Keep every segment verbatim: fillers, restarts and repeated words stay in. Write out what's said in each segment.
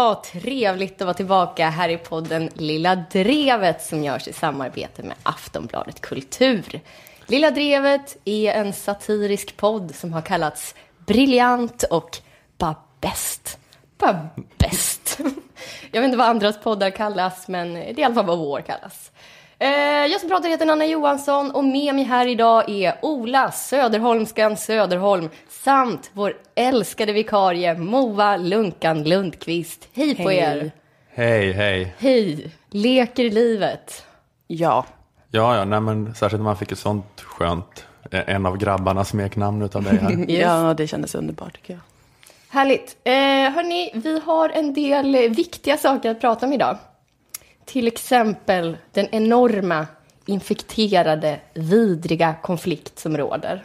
Ja, trevligt att vara tillbaka här i podden Lilla Drevet som görs i samarbete med Aftonbladet Kultur. Lilla Drevet är en satirisk podd som har kallats briljant och bara bäst. Bara bäst. Jag vet inte vad andras poddar kallas, men det är i alla fall vad vår kallas. Jag som pratar heter Nanna Johansson och med mig här idag är Ola Söderholmskan Söderholm samt vår älskade vikarie Moa Lunkan Lundqvist. Hej på hej. er. Hej, hej. Hej. Leker livet? Ja. Ja, ja, nej, men särskilt när man fick ett sånt skönt, en av grabbarnas smeknamn utav dig här. Yes. Ja, det kändes underbart tycker jag. Härligt. Eh, hörni, vi har en del viktiga saker att prata om idag. Till exempel den enorma, infekterade, vidriga konflikt som råder.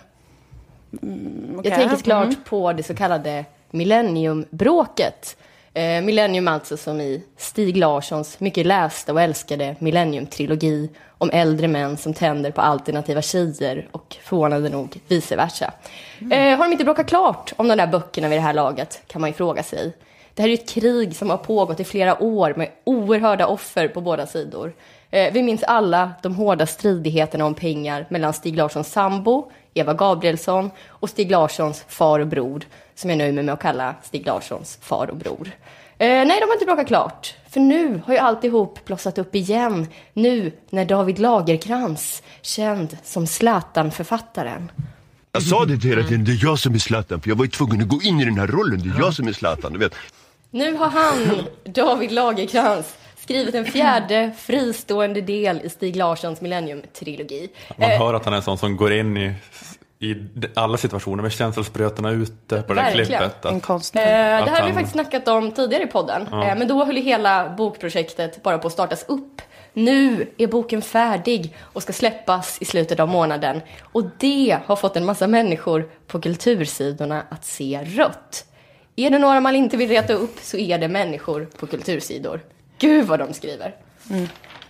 Mm, okay. Jag tänker såklart mm. på det så kallade millenniumbråket. Eh, millennium alltså som i Stig Larssons mycket lästa och älskade millennium-trilogi om äldre män som tänder på alternativa tjejer och förvånande nog vice versa. Mm. Eh, har de inte bråkat klart om de där böckerna vid det här laget kan man ju fråga sig. Det här är ett krig som har pågått i flera år med oerhörda offer på båda sidor. Eh, vi minns alla de hårda stridigheterna om pengar mellan Stig Larssons sambo, Eva Gabrielsson, och Stig Larssons far och bror, som jag nöjer mig med att kalla Stig Larssons far och bror. Eh, nej, de har inte bråkat klart. För nu har ju alltihop blossat upp igen. Nu när David Lagercrantz, känd som Zlatan-författaren. Jag sa det till hela tiden, det är jag som är Zlatan. För jag var ju tvungen att gå in i den här rollen, det är jag som är Zlatan, du vet. Nu har han, David Lagercrantz, skrivit en fjärde fristående del i Stig Larssons millennium-trilogi. Man hör att han är en sån som går in i, i alla situationer med känselsprötarna ute på det här klippet. Att, en konstnär. Eh, det här har vi faktiskt snackat om tidigare i podden. Ja. Eh, men då höll ju hela bokprojektet bara på att startas upp. Nu är boken färdig och ska släppas i slutet av månaden. Och det har fått en massa människor på kultursidorna att se rött. Är det några man inte vill reta upp så är det människor på kultursidor. Gud vad de skriver. Mm.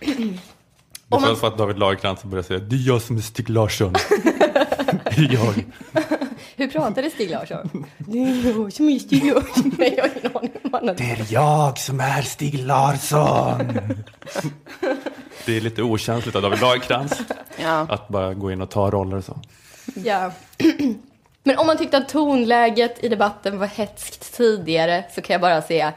Det känns som att David Lagercrantz börjar säga, det är jag som är Stig Larsson. Det är jag. Hur pratade Stig Larsson? Det är jag som är Stig Larsson. Nej, jag har ingen aning om vad han... Det är jag som är Stig Larsson. Det är lite okänsligt av David Lagercrantz ja. att bara gå in och ta roller och så. Ja. Men om man tyckte att tonläget i debatten var hetskt tidigare så kan jag bara säga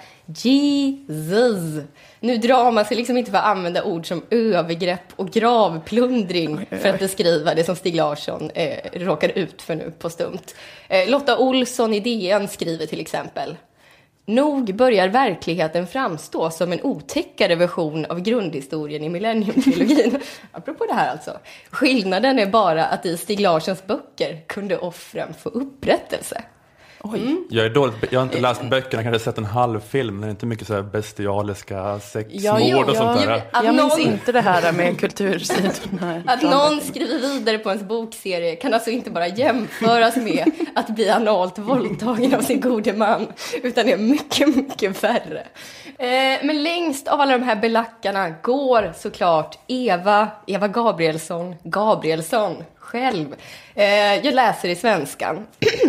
Jesus. Nu drar man sig liksom inte för att använda ord som övergrepp och gravplundring oj, oj, oj. för att beskriva det som Stig Larsson eh, råkar ut för nu på stumt. Eh, Lotta Olsson i D N skriver till exempel: nog börjar verkligheten framstå som en otäckare version av grundhistorien i millennium-trilogin. Apropå det här alltså. Skillnaden är bara att i Stig Larssons böcker kunde offren få upprättelse. Oj. Mm. Jag är dåligt, jag har inte läst böckerna, kanske sett en halv film. Det är inte mycket så här bestialiska sexmord ja, jo, och sånt där. Jag, jag minns någon... inte det här med kultursidorna. Att någon skriver vidare på ens bokserie kan alltså inte bara jämföras med att bli analt våldtagen av sin gode man, utan det är mycket, mycket värre. Eh, men längst av alla de här belackarna går såklart Eva, Eva Gabrielsson, Gabrielsson själv. Eh, jag läser i Svenskan.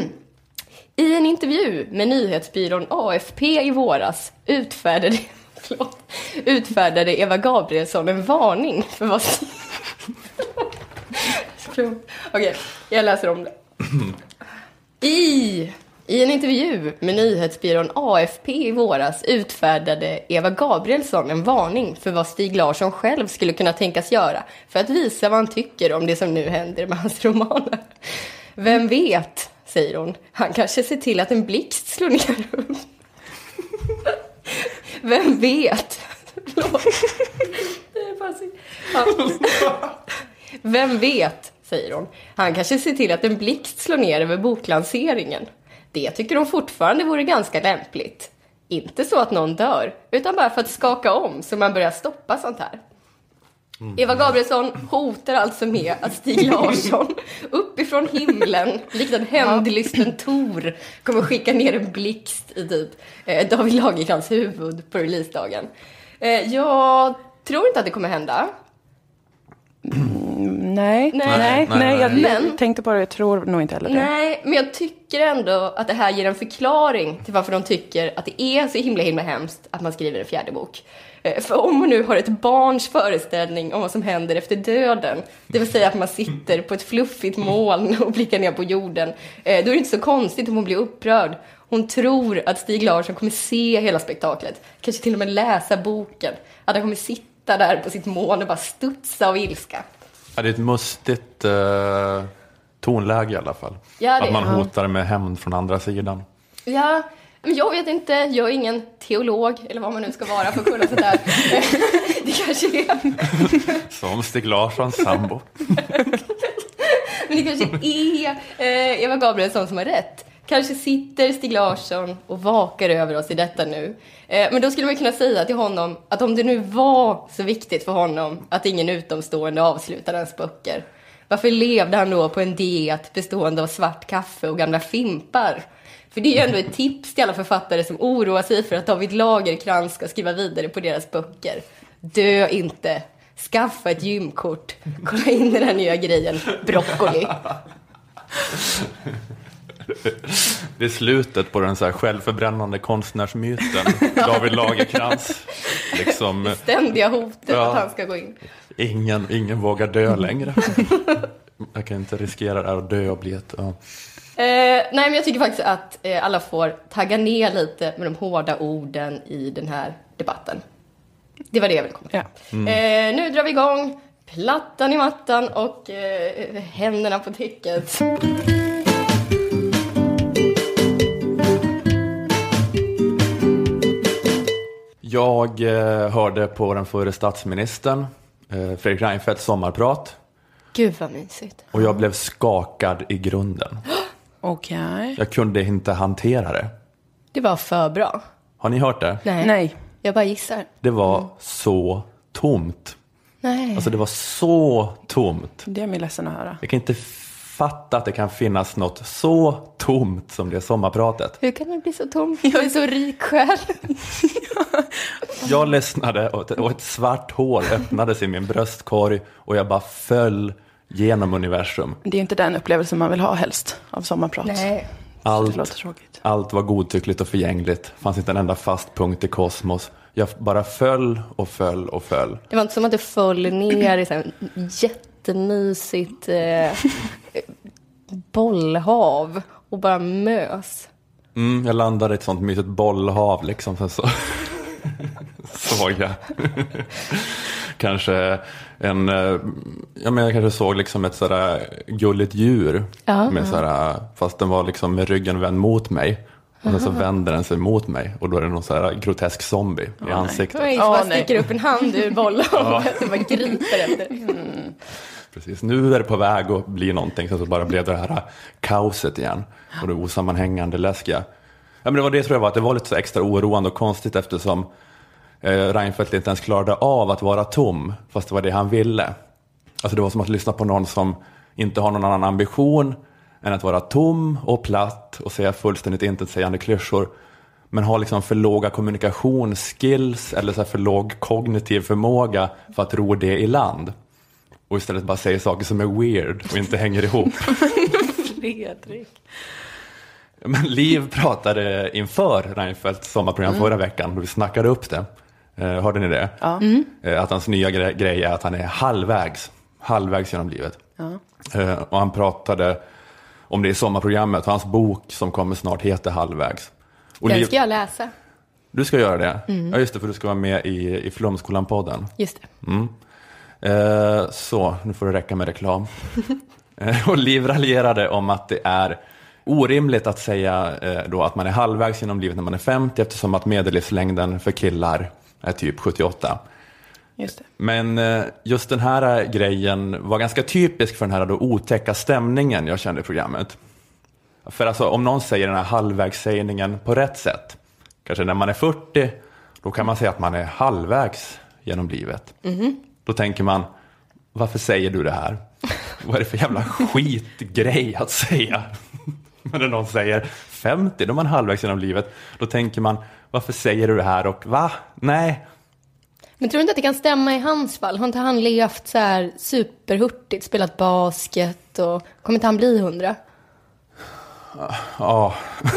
I en intervju med nyhetsbyrån A F P i våras utfärdade, förlåt, utfärdade Eva Gabrielsson en varning för vad... Okej, okay, jag läser om det. I, I en intervju med nyhetsbyrån A F P i våras utfärdade Eva Gabrielsson en varning för vad Stig Larsson själv skulle kunna tänkas göra för att visa vad han tycker om det som nu händer med hans romaner. Vem vet, säger hon. Han kanske ser till att en blixt slår ner. Vem vet? Ja. Vem vet, säger hon. Han kanske ser till att en blixt slår ner över boklanseringen. Det tycker hon fortfarande vore ganska lämpligt. Inte så att någon dör, utan bara för att skaka om så man börjar stoppa sånt här. Mm. Eva Gabrielsson hotar alltså med att Stig Larsson uppifrån himlen, likt en hämndlysten Tor, kommer skicka ner en blixt i typ eh, David Lagercrantz huvud på releasedagen. Eh, jag tror inte att det kommer hända. Mm, nej. Nej. Nej, nej, Nej, nej, jag, nej. jag tänkte på det, jag tror nog inte heller det. Nej, men jag tycker ändå att det här ger en förklaring till varför de tycker att det är så himla himla hemskt att man skriver en fjärde bok. Eh, För om man nu har ett barns föreställning om vad som händer efter döden, det vill säga att man sitter på ett fluffigt moln och blickar ner på jorden, eh, då är det inte så konstigt om hon blir upprörd. Hon tror att Stieg Larsson kommer se hela spektaklet, kanske till och med läsa boken, att han kommer sitta där på sitt moln och bara studsa av ilska. Ja, det är ett mustigt eh, tonläge i alla fall. Ja, det att man är- hotar med hämnd från andra sidan. Ja, men jag vet inte, jag är ingen teolog, eller vad man nu ska vara för att kunna sådär. Det kanske är... Som Stieg Larssons sambo. Men det kanske är eh, Eva Gabrielsson som har rätt. Kanske sitter Stieg Larsson och vakar över oss i detta nu. Eh, men då skulle man kunna säga till honom att om det nu var så viktigt för honom att ingen utomstående avslutade hans böcker, varför levde han då på en diet bestående av svart kaffe och gamla fimpar? För det är ju ändå ett tips till alla författare som oroar sig för att David Lagercrantz ska skriva vidare på deras böcker. Dö inte. Skaffa ett gymkort. Kolla in den här nya grejen. Broccoli. Det är slutet på den så här självförbrännande konstnärsmyten. David Lagercrantz. Liksom, Ständiga hotet Ja. att han ska gå in. ingen, ingen vågar dö längre. Jag kan inte riskera det här att dö och bli ett... Ja. Eh, nej, men jag tycker faktiskt att eh, alla får tagga ner lite med de hårda orden i den här debatten. Det var det jag ville komma till. Ja. Eh, nu drar vi igång. Plattan i mattan och eh, händerna på täcket. Jag eh, hörde på den förre statsministern, eh, Fredrik Reinfeldts sommarprat. Gud vad mysigt. Och jag blev skakad i grunden. Okej. Jag kunde inte hantera det. Det var för bra. Har ni hört det? Nej. Nej. Jag bara gissar. Det var så tomt. Nej. Alltså det var så tomt. Det är mig ledsen att höra. Jag kan inte fatta att det kan finnas något så tomt som det sommarpratet. Hur kan det bli så tomt? Jag är så rik själv. Jag ledsnade och ett, och ett svart hål öppnades i min bröstkorg och jag bara föll genom universum. Det är inte den upplevelsen man vill ha helst av sommarprat. Nej. Allt, Det låter tråkigt. allt var godtyckligt och förgängligt. Fanns inte en enda fast punkt i kosmos. Jag bara föll och föll och föll. Det var inte som att du föll ner i så här jättemysigt eh, bollhav och bara mös. Mm, jag landade i ett sånt mysigt bollhav liksom. Sen så såg jag kanske en, ja men jag kanske såg liksom ett sådär gulligt djur. Ja, med sådär, fast den var liksom med ryggen vänd mot mig. Och sen så vänder den sig mot mig. Och då är det någon sådär grotesk zombie i ansiktet. Oj, så Åh, bara nej. sticker upp en hand ur bollhavet och bara griper efter. Precis, nu är det på väg att bli någonting. Så, så bara blev det här kaoset igen. Och det osammanhängande läskiga. Ja, men det var det tror jag var, att det var lite så extra oroande och konstigt eftersom eh, Reinfeldt inte ens klarade av att vara tom. Fast det var det han ville. Alltså det var som att lyssna på någon som inte har någon annan ambition än att vara tom och platt och säga fullständigt intetsägande klyschor. Men har liksom för låga kommunikationsskills eller så här för låg kognitiv förmåga för att ro det i land. Och istället bara säger saker som är weird och inte hänger ihop. Fredrik. Men Liv pratade inför Reinfeldts sommarprogram förra veckan och vi snackade upp det. Eh, hörde ni det? Ja. Eh, att hans nya gre- grej är att han är halvvägs. Halvvägs genom livet. Ja. Eh, och han pratade om det i sommarprogrammet. Hans bok som kommer snart heter Halvvägs. Och Den Liv, ska jag läsa. du ska göra det? Ja just det, för du ska vara med i, i Flumskolan-podden. Just det. Mm. Eh, så, nu får det räcka med reklam. eh, och Liv raljerade om att det är orimligt att säga eh, då att man är halvvägs genom livet när man är femtio eftersom att medellivslängden för killar är typ sjuttioåtta. Just det. Men eh, just den här grejen var ganska typisk för den här då otäcka stämningen jag kände i programmet. För alltså om någon säger den här halvvägssägningen på rätt sätt, kanske när man är fyrtio, då kan man säga att man är halvvägs genom livet. Mm-hmm. Då tänker man, varför säger du det här? Vad är det för jävla skitgrej att säga? Men när någon säger femtio, då är man halvvägs genom livet. Då tänker man, varför säger du det här? Och va? Nej. Men tror du inte att det kan stämma i hans fall? Har inte han levt så här superhurtigt, spelat basket och kommer inte han bli hundra? Ja.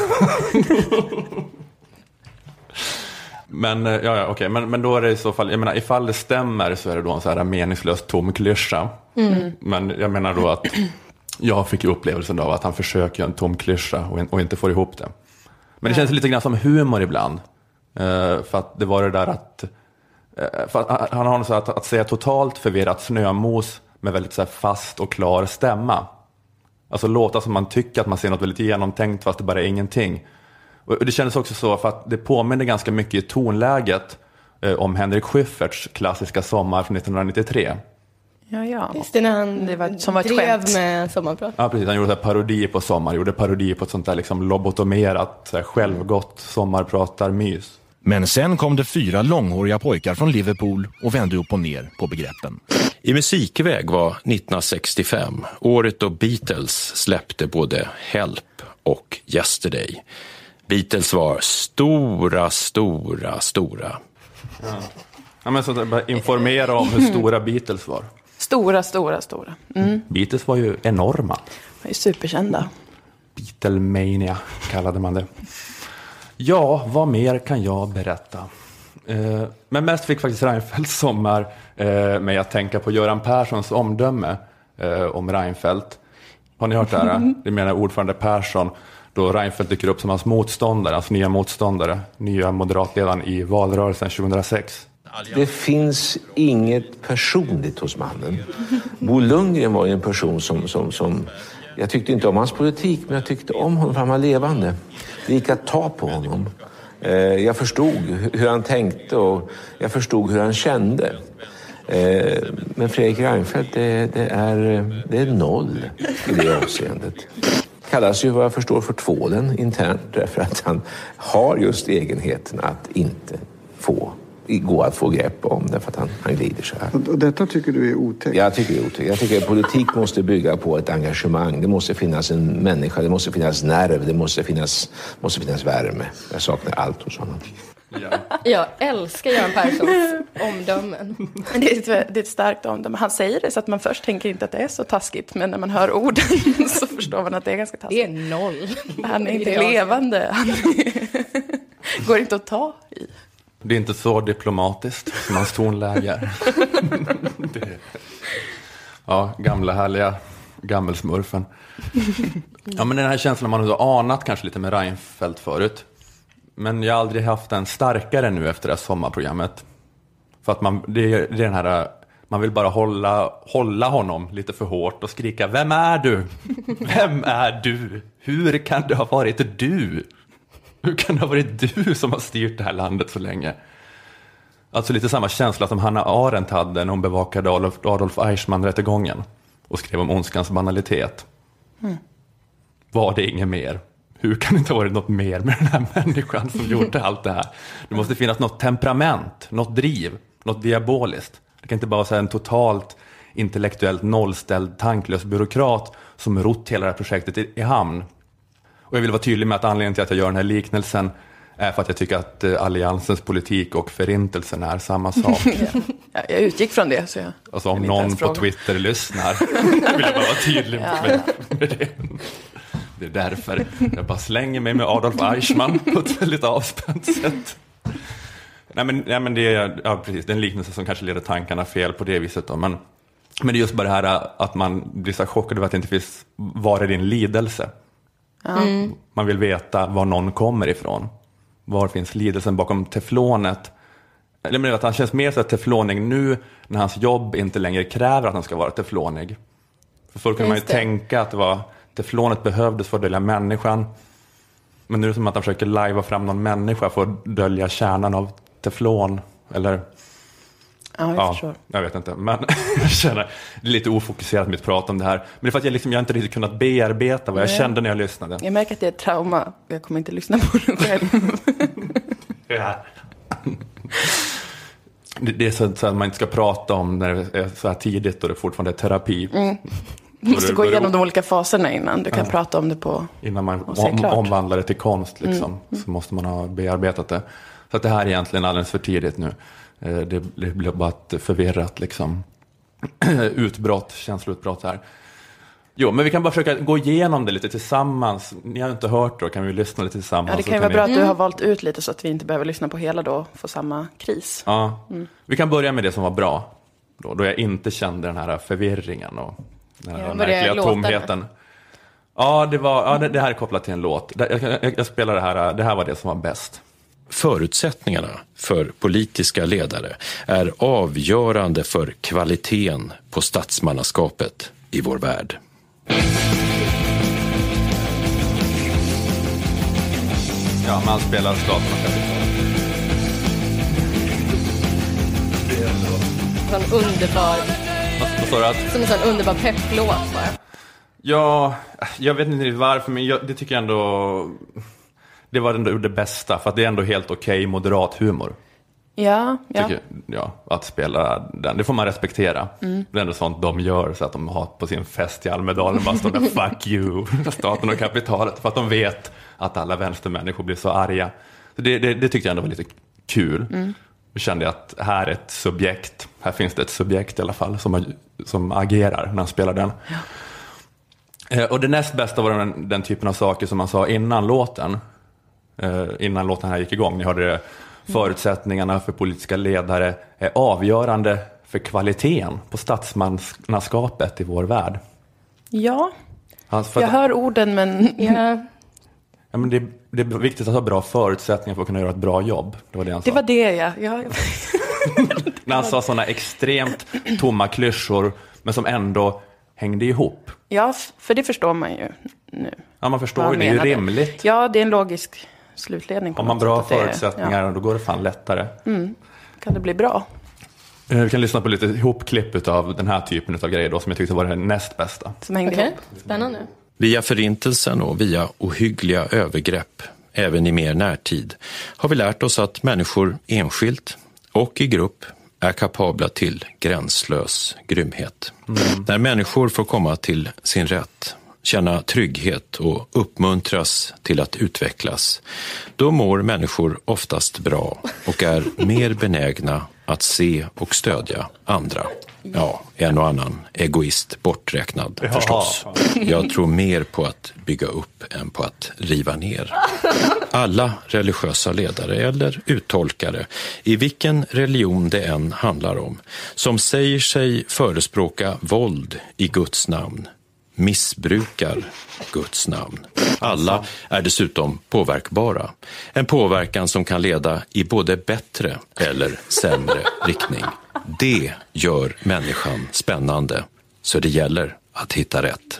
Men, ja, ja, okej. Men, men då är det i så fall, jag menar, ifall det stämmer så är det då en så här meningslös tom klyscha. Mm. Men jag menar då att jag fick ju upplevelsen av att han försöker en tom klyscha och, och inte får ihop det. Men det känns lite grann som humor ibland. Uh, för att det var det där att, uh, för att han har något så att, att säga totalt förvirrat snömos med väldigt så här fast och klar stämma. Alltså låta som man tycker att man ser något väldigt genomtänkt fast det bara är ingenting. Och det kändes också så för att det påminner ganska mycket i tonläget uh, om Henrik Schyfferts klassiska Sommar från nittonhundranittiotre. Ja, ja. Just det, när han det var, som var ett drev skämt. med sommarprat. Ja, precis. Han gjorde så här parodi på Sommar. Gjorde parodi på ett sånt där liksom lobotomerat, så här självgott sommarpratarmys. Men sen kom det fyra långhåriga pojkar från Liverpool och vände upp och ner på begreppen. I musikväg var nittonhundrasextiofem, året då Beatles släppte både Help och Yesterday. Beatles var stora, stora, stora. Ja, ja men så bara informera om hur stora Beatles var. Stora, stora, stora. Mm. Beatles var ju enorma. De är superkända. Beatlemania kallade man det. Ja, vad mer kan jag berätta? Eh, men mest fick faktiskt Reinfeldts sommar eh, med att tänka på Göran Perssons omdöme eh, om Reinfeldt. Har ni hört det här? Det menar ordförande Persson då Reinfeldt dyker upp som hans motståndare, hans nya motståndare, nya moderatledaren i valrörelsen tjugohundrasex. Det finns inget personligt hos mannen. Bo Lundgren var ju en person som, som, som... Jag tyckte inte om hans politik, men jag tyckte om honom för han var levande. Det gick att ta på honom. Jag förstod hur han tänkte och jag förstod hur han kände. Men Fredrik Reinfeldt, det, det, är, det är noll i det avseendet. Kallas ju vad jag förstår för tvålen internt därför att han har just egenheten att inte få gå att få grepp om därför att han, han glider så här. Och detta tycker du är otäckt? Jag tycker det är otäckt. Jag tycker att politik måste bygga på ett engagemang. Det måste finnas en människa, det måste finnas nerv, det måste finnas, måste finnas värme. Jag saknar allt hos honom. Ja. Jag älskar Göran Perssons omdömen. Det är, ett, det är ett starkt omdöme. Han säger det så att man först tänker inte att det är så taskigt. Men när man hör orden så förstår man att det är ganska taskigt. Det är noll. Han är inte levande. Han är, går inte att ta i. Det är inte så diplomatiskt som hans tonläge. Det, ja, gamla härliga gammelsmurfen. Ja, men den här känslan man har anat kanske lite med Reinfeldt förut. Men jag har aldrig haft en starkare nu efter det här sommarprogrammet. För att man, det är, det är den här, man vill bara hålla, hålla honom lite för hårt och skrika: vem är du? Vem är du? Hur kan det ha varit du? Hur kan det ha varit du som har styrt det här landet så länge? Alltså lite samma känsla som Hannah Arendt hade när hon bevakade Adolf, Adolf Eichmann-rättegången och skrev om ondskans banalitet. Mm. Var det inget mer? Hur kan det inte ha varit något mer med den här människan som gjorde allt det här? Det måste finnas något temperament, något driv, något diaboliskt. Det kan inte bara vara en totalt intellektuellt nollställd, tanklös byråkrat som rott hela det här projektet i, i hamn. Och jag vill vara tydlig med att anledningen till att jag gör den här liknelsen är för att jag tycker att eh, alliansens politik och förintelsen är samma sak. Ja, jag utgick från det. Så jag alltså om någon på Twitter lyssnar vill jag bara vara tydlig med, ja. med det. Det är därför jag bara slänger mig med Adolf Eichmann på ett väldigt avspänt sätt. Nej men, nej, men det är ja, precis, det är en liknelse som kanske leder tankarna fel på det viset. Då. Men, men det är just bara det här att man blir så chockad över att det inte finns, var är din lidelse? Mm. Man vill veta var någon kommer ifrån. Var finns lidelsen bakom teflonet? Eller men att han känns mer så här teflonig nu när hans jobb inte längre kräver att han ska vara teflonig. För förr kunde man ju tänka att det var teflonet behövdes för att dölja människan. Men nu är det som att han försöker lajva fram någon människa för att dölja kärnan av teflon. Eller... Ja, jag ja, förstår. Jag vet inte, men jag känner det är lite ofokuserat mitt prat om det här. Men det är för att jag, liksom, jag inte riktigt kunnat bearbeta vad jag Nej. kände när jag lyssnade. Jag märker att det är ett trauma. Jag kommer inte lyssna på det själv. Ja. det, det är så, så att man inte ska prata om när det är så här tidigt och det fortfarande är terapi. Mm. Du måste gå igenom de olika faserna innan du kan ja. prata om det på... Innan man om, omvandlar det till konst liksom, mm. så måste man ha bearbetat det. Så att det här är egentligen alldeles för tidigt nu. Det, det blev bara ett förvirrat liksom, utbrott, känsloutbrott här. Jo, men vi kan bara försöka gå igenom det lite tillsammans. Ni har inte hört det, kan vi lyssna lite tillsammans. Ja, det kan ju vara bra att du har valt ut lite så att vi inte behöver lyssna på hela då och få samma kris. Ja, mm. Vi kan börja med det som var bra. Då, då jag inte kände den här förvirringen och den här ja, märkliga tomheten. Ja, det, var, ja det, det här är kopplat till en låt. Jag, jag, jag spelar det här, det här var det som var bäst. Förutsättningarna för politiska ledare är avgörande för kvaliteten på statsmannaskapet i vår värld. Ja, man spelar staten och kapital. En underbar... Vad står det att? Som en sån underbar pepplåt bara. Ja, jag vet inte varför, men jag, det tycker jag ändå... Det var ändå det bästa, för att det är ändå helt okej moderat humor. Ja, ja. Tycker, ja, att spela den, det får man respektera. Mm. Det är ändå sånt de gör, så att de har på sin fest i Almedalen bara står där, fuck you, staten och kapitalet, för att de vet att alla vänstermänniskor blir så arga. Så det, det, det tyckte jag ändå var lite kul. Mm. Jag kände att här är ett subjekt, här finns det ett subjekt i alla fall som, som agerar när han spelar den. Ja. Och det näst bästa var den, den typen av saker som man sa innan låten. Innan låten här gick igång. Ni hörde det. Förutsättningarna för politiska ledare är avgörande för kvaliteten på statsmannaskapet i vår värld. Ja, alltså jag att, hör orden, men... Ja. Ja, men det, det är viktigt att ha bra förutsättningar för att kunna göra ett bra jobb. Det var det han sa. Det var det, ja. ja. När han sa sådana extremt tomma klyschor, men som ändå hängde ihop. Ja, för det förstår man ju nu. Ja, man förstår ju, det är ju rimligt. Ja, det är en logisk slutledning. Om man har bra förutsättningar, är, ja. Då går det fan lättare. Mm. Kan det bli bra? Vi kan lyssna på lite ihopklipp av den här typen av grejer då, som jag tyckte var det näst bästa. Som hängde okay. ihop. Spännande. Via förintelsen och via ohyggliga övergrepp, även i mer närtid, har vi lärt oss att människor enskilt och i grupp är kapabla till gränslös grymhet. Mm. När människor får komma till sin rätt, känna trygghet och uppmuntras till att utvecklas, då mår människor oftast bra och är mer benägna att se och stödja andra. Ja, en och annan egoist borträknad ja. förstås. Jag tror mer på att bygga upp än på att riva ner. Alla religiösa ledare eller uttolkare, i vilken religion det än handlar om, som säger sig förespråka våld i Guds namn, missbrukar Guds namn. Alla är dessutom påverkbara. En påverkan som kan leda i både bättre eller sämre riktning. Det gör människan spännande, så det gäller att hitta rätt.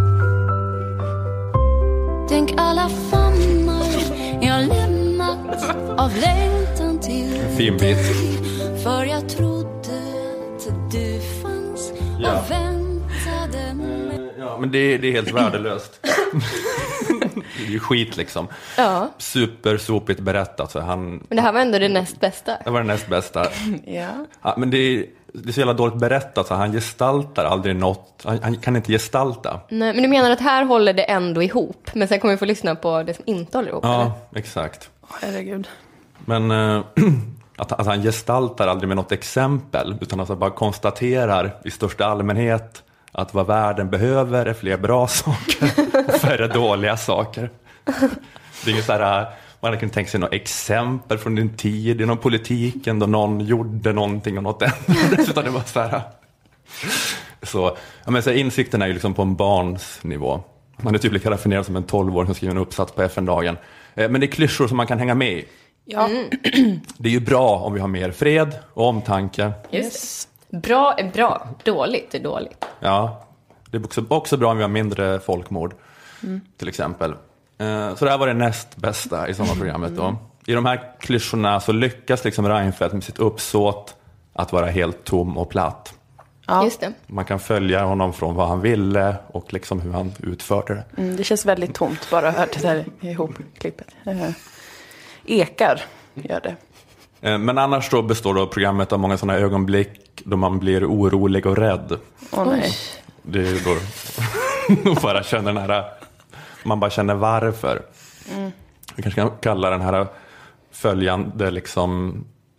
Tänk alla famnar jag lämnat av längtan till fin bit. För jag trodde att du fanns ja. och väntade mig. Ja, men det, det är helt värdelöst. Det är ju skit liksom. Ja. Supersopigt berättat. Så han, men det här var ändå det näst bästa. Det var det näst bästa. ja. Ja, men det är, det är så jävla dåligt berättat. Så han gestaltar aldrig något. Han, han kan inte gestalta. Nej, men du menar att här håller det ändå ihop. Men sen kommer vi få lyssna på det som inte håller ihop. Ja, eller? exakt. Herregud. Men äh, att, att han gestaltar aldrig med något exempel. Utan att han bara konstaterar i största allmänhet att vad världen behöver är fler bra saker och färre dåliga saker. Det är inget så här, man hade kunnat tänka sig något exempel från din tid inom politiken då någon gjorde någonting och något ändrades, utan det var så här. Så, ja, men så här, insikten är ju liksom på en barns nivå. Man är typ lika raffinerad som en tolvåring som skriver en uppsats på F N-dagen. Men det är klyschor som man kan hänga med i. Ja. Mm. Det är ju bra om vi har mer fred och omtanke. Yes. Bra är bra, dåligt är dåligt. Ja, det är också, också bra om vi har mindre folkmord, mm. till exempel. Så det här var det näst bästa i sommarprogrammet då. I de här klyschorna så lyckas liksom Reinfeldt med sitt uppsåt att vara helt tom och platt. Ja. Just det. Man kan följa honom från vad han ville och liksom hur han utförde det. Mm, det känns väldigt tomt bara att höra det där ihopklippet. Uh, ekar gör det. Men annars då består då programmet av många sådana ögonblick då man blir orolig och rädd. Åh nej. Det är då bara känner den här, man bara känner varför. Mm. Vi kanske kan kalla den här följande liksom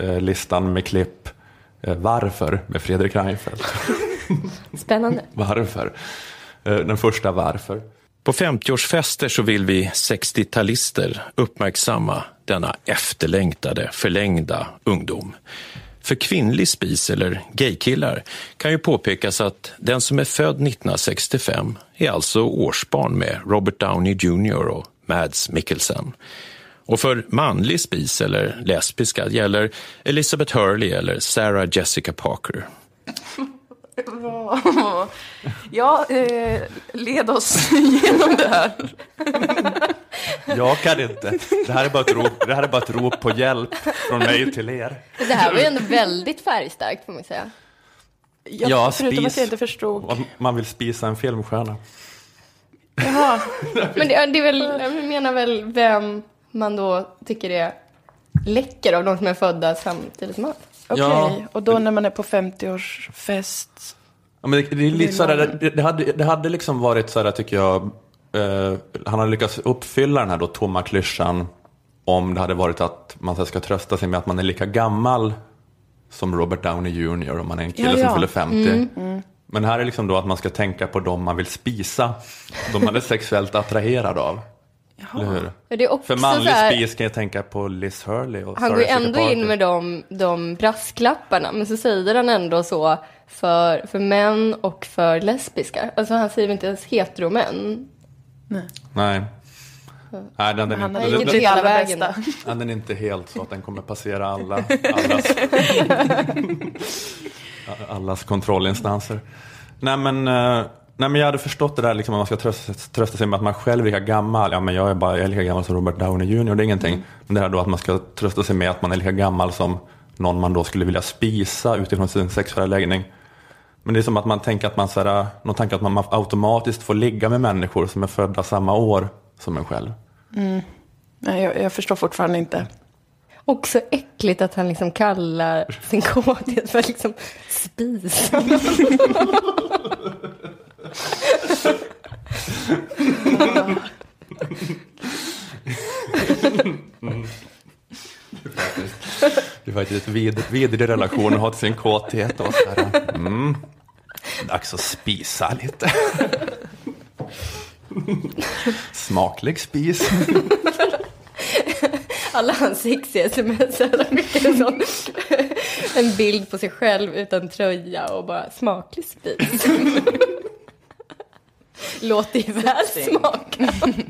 eh, listan med klipp eh, Varför med Fredrik Reinfeldt. Spännande. Varför? Eh, den första varför. På femtioårsfester så vill vi sextiotalister uppmärksamma denna efterlängtade, förlängda ungdom. För kvinnlig spis eller gaykillar kan ju påpekas att den som är född nittonhundrasextiofem är alltså årsbarn med Robert Downey junior och Mads Mikkelsen. Och för manlig spis eller lesbiska gäller Elizabeth Hurley eller Sarah Jessica Parker. Ja, eh, led oss igenom det här. Jag kan inte. Det här är bara ett rop, det här är bara ett rop på hjälp från mig till er. Det här var ju ändå väldigt färgstarkt, får man säga. Jag, Ja, förutom spis. att jag inte förstod. Man vill spisa en filmstjärna. Jaha. Men det, det är väl, jag menar väl vem man då tycker är läcker av de som är födda samtidigt som man. Okej, Ja. och då när man är på femtioårsfest. Ja, men det, det är lite så där, det, det, hade, det hade liksom varit så där, tycker jag, eh, han har lyckats uppfylla den här då tomma klyschan om det hade varit att man ska trösta sig med att man är lika gammal som Robert Downey junior om man är en kille Ja, ja. som fyller femtio. Mm, mm. Men här är liksom då att man ska tänka på dem man vill spisa, de man är sexuellt attraherad av. Eller hur? Ja, det är också För manlig så här- spis kan jag tänka på Liz Hurley och Han går Sarah ju Jessica ändå Parker. in med de, de brasklapparna, men så säger han ändå så för, för män och för lesbiska. Alltså han säger inte ens heteromän. Nej. Nej. Nej, den, den, Han den, är den, inte den, det allra bästa. ja, den är inte helt så att den kommer passera alla, allas, allas kontrollinstanser. Nej men, eh, nej men jag hade förstått det där liksom, att man ska trösta, trösta sig med att man själv är lika gammal. Ja men jag är bara jag är lika gammal som Robert Downey junior, det är ingenting. Mm. Men det här då att man ska trösta sig med att man är lika gammal som någon man då skulle vilja spisa utifrån sin sexuella läggning. Men det är som att man tänker att man så här, någon tanke att man automatiskt får ligga med människor som är födda samma år som en själv. Mm. Nej, jag, jag förstår fortfarande inte. Också äckligt att han liksom kallar sin kåthet för liksom spis. Mm. Det är faktiskt ett vid, vidrig relation att ha till sin kåthet. Och så här. Mm. Dags att spisa lite. Smaklig spis. Alla hans sexiga sms har mycket en, sån, en bild på sig själv utan tröja och bara smaklig spis. Låt det väl smaka.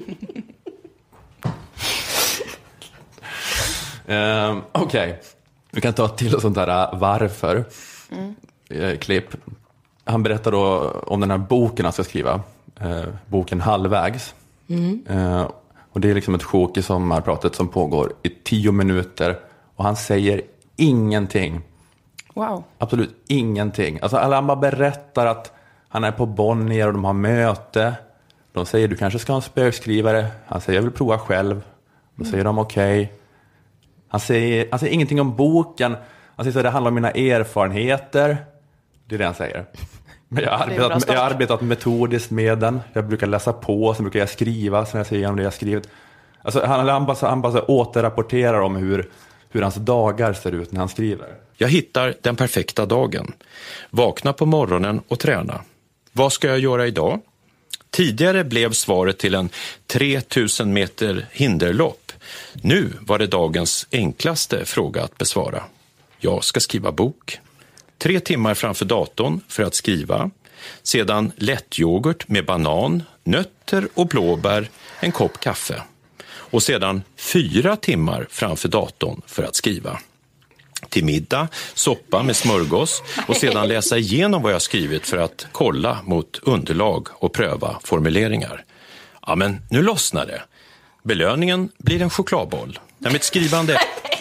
Uh, Okej, okay. Vi kan ta till och sånt där varför Mm. uh, klipp. Han berättar då om den här boken han ska skriva, uh, boken Halvvägs. Mm. Uh, och det är liksom ett sjok i sommarpratet som pågår i tio minuter och han säger ingenting. Wow. Absolut ingenting. Alltså alla bara berättar att han är på Bonnier och de har möte. De säger du kanske ska ha en spökskrivare. Han säger jag vill prova själv. Då säger de okej. Okay. Han säger, han säger ingenting om boken. Han säger att det handlar om mina erfarenheter. Det är det han säger. Men jag har arbetat, jag har arbetat metodiskt med den. Jag brukar läsa på, sen brukar jag skriva. Sen jag säger igenom det jag skrivit. Alltså, han, han bara, han bara återrapporterar om hur, hur hans dagar ser ut när han skriver. Jag hittar den perfekta dagen. Vakna på morgonen och träna. Vad ska jag göra idag? Tidigare blev svaret till en tre tusen meter hinderlopp. Nu var det dagens enklaste fråga att besvara. Jag ska skriva bok. Tre timmar framför datorn för att skriva. Sedan lättyoghurt med banan, nötter och blåbär, en kopp kaffe. Och sedan fyra timmar framför datorn för att skriva. Till middag, soppa med smörgås och sedan läsa igenom vad jag skrivit för att kolla mot underlag och pröva formuleringar. Ja, men nu lossnar det. Belöningen blir en chokladboll. Där mitt skrivande...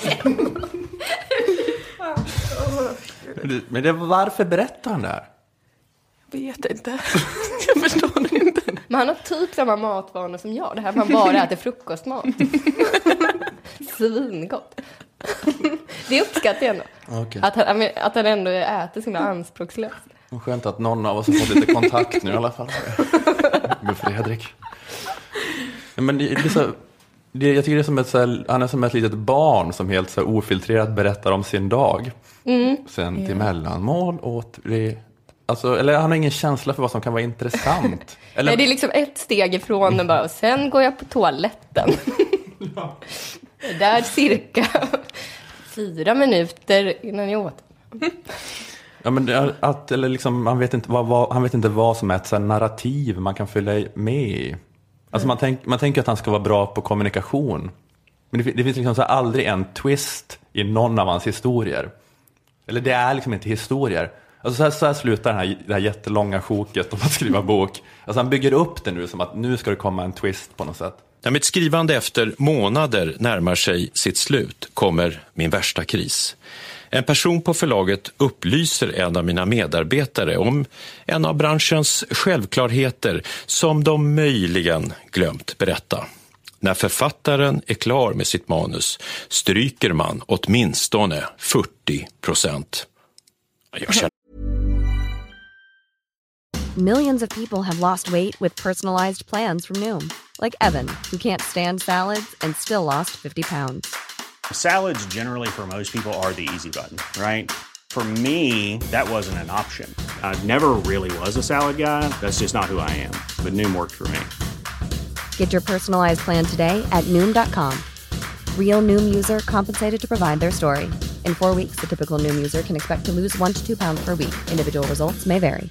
Men det, varför berättar han det här? Jag vet inte. Jag förstår inte. Men han har typ samma matvanor som jag. Det här man bara äter frukostmat. Svingott. Det uppskattar jag ändå. Okay. Att, han, att han ändå äter så himla anspråkslöst. Skönt att någon av oss har fått lite kontakt nu i alla fall. Med Fredrik. Men det, det är så, Det, jag tycker det är som ett, så här, han är som ett litet barn som helt så här, ofiltrerat berättar om sin dag. Mm. Sen till mellanmål åt det. Alltså, eller han har ingen känsla för vad som kan vara intressant. Eller... Nej, det är liksom ett steg ifrån den bara, och sen går jag på toaletten. Ja. Där cirka fyra minuter innan jag åt. Ja, men det är att, eller liksom, han, vet inte vad, vad, han vet inte vad som är ett så här narrativ man kan fylla med i. Alltså man, tänk, man tänker att han ska vara bra på kommunikation. Men det, det finns liksom så här aldrig en twist i någon av hans historier. Eller det är liksom inte historier. Alltså så här, så här slutar den här, det här jättelånga sjoket om att skriva bok. Alltså han bygger upp det nu som att nu ska det komma en twist på något sätt. När mitt skrivande efter månader närmar sig sitt slut kommer min värsta kris. En person på förlaget upplyser en av mina medarbetare om en av branschens självklarheter som de möjligen glömt berätta. När författaren är klar med sitt manus stryker man åtminstone fyrtio procent. Jag känner... Millions of people have lost weight with personalized plans from Noom. Like Evan, who can't stand salads and still lost fifty pounds. Salads generally for most people are the easy button, right? For me, that wasn't an option. I never really was a salad guy. That's just not who I am. But Noom worked for me. Get your personalized plan today at Noom dot com. Real Noom user compensated to provide their story. In four weeks, the typical Noom user can expect to lose one to two pounds per week. Individual results may vary.